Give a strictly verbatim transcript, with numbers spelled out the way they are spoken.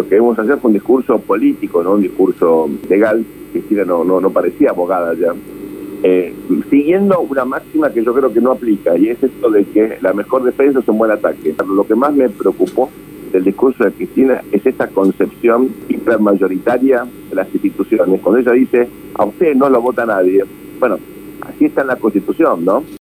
lo que debemos hacer fue un discurso político, no un discurso legal. Cristina no, no, no parecía abogada ya. Eh, siguiendo una máxima que yo creo que no aplica, y es esto de que la mejor defensa es un buen ataque. Lo que más me preocupó del discurso de Cristina es esta concepción hipermayoritaria de las instituciones. Cuando ella dice, a usted no lo vota nadie, bueno, así está en la Constitución, ¿no?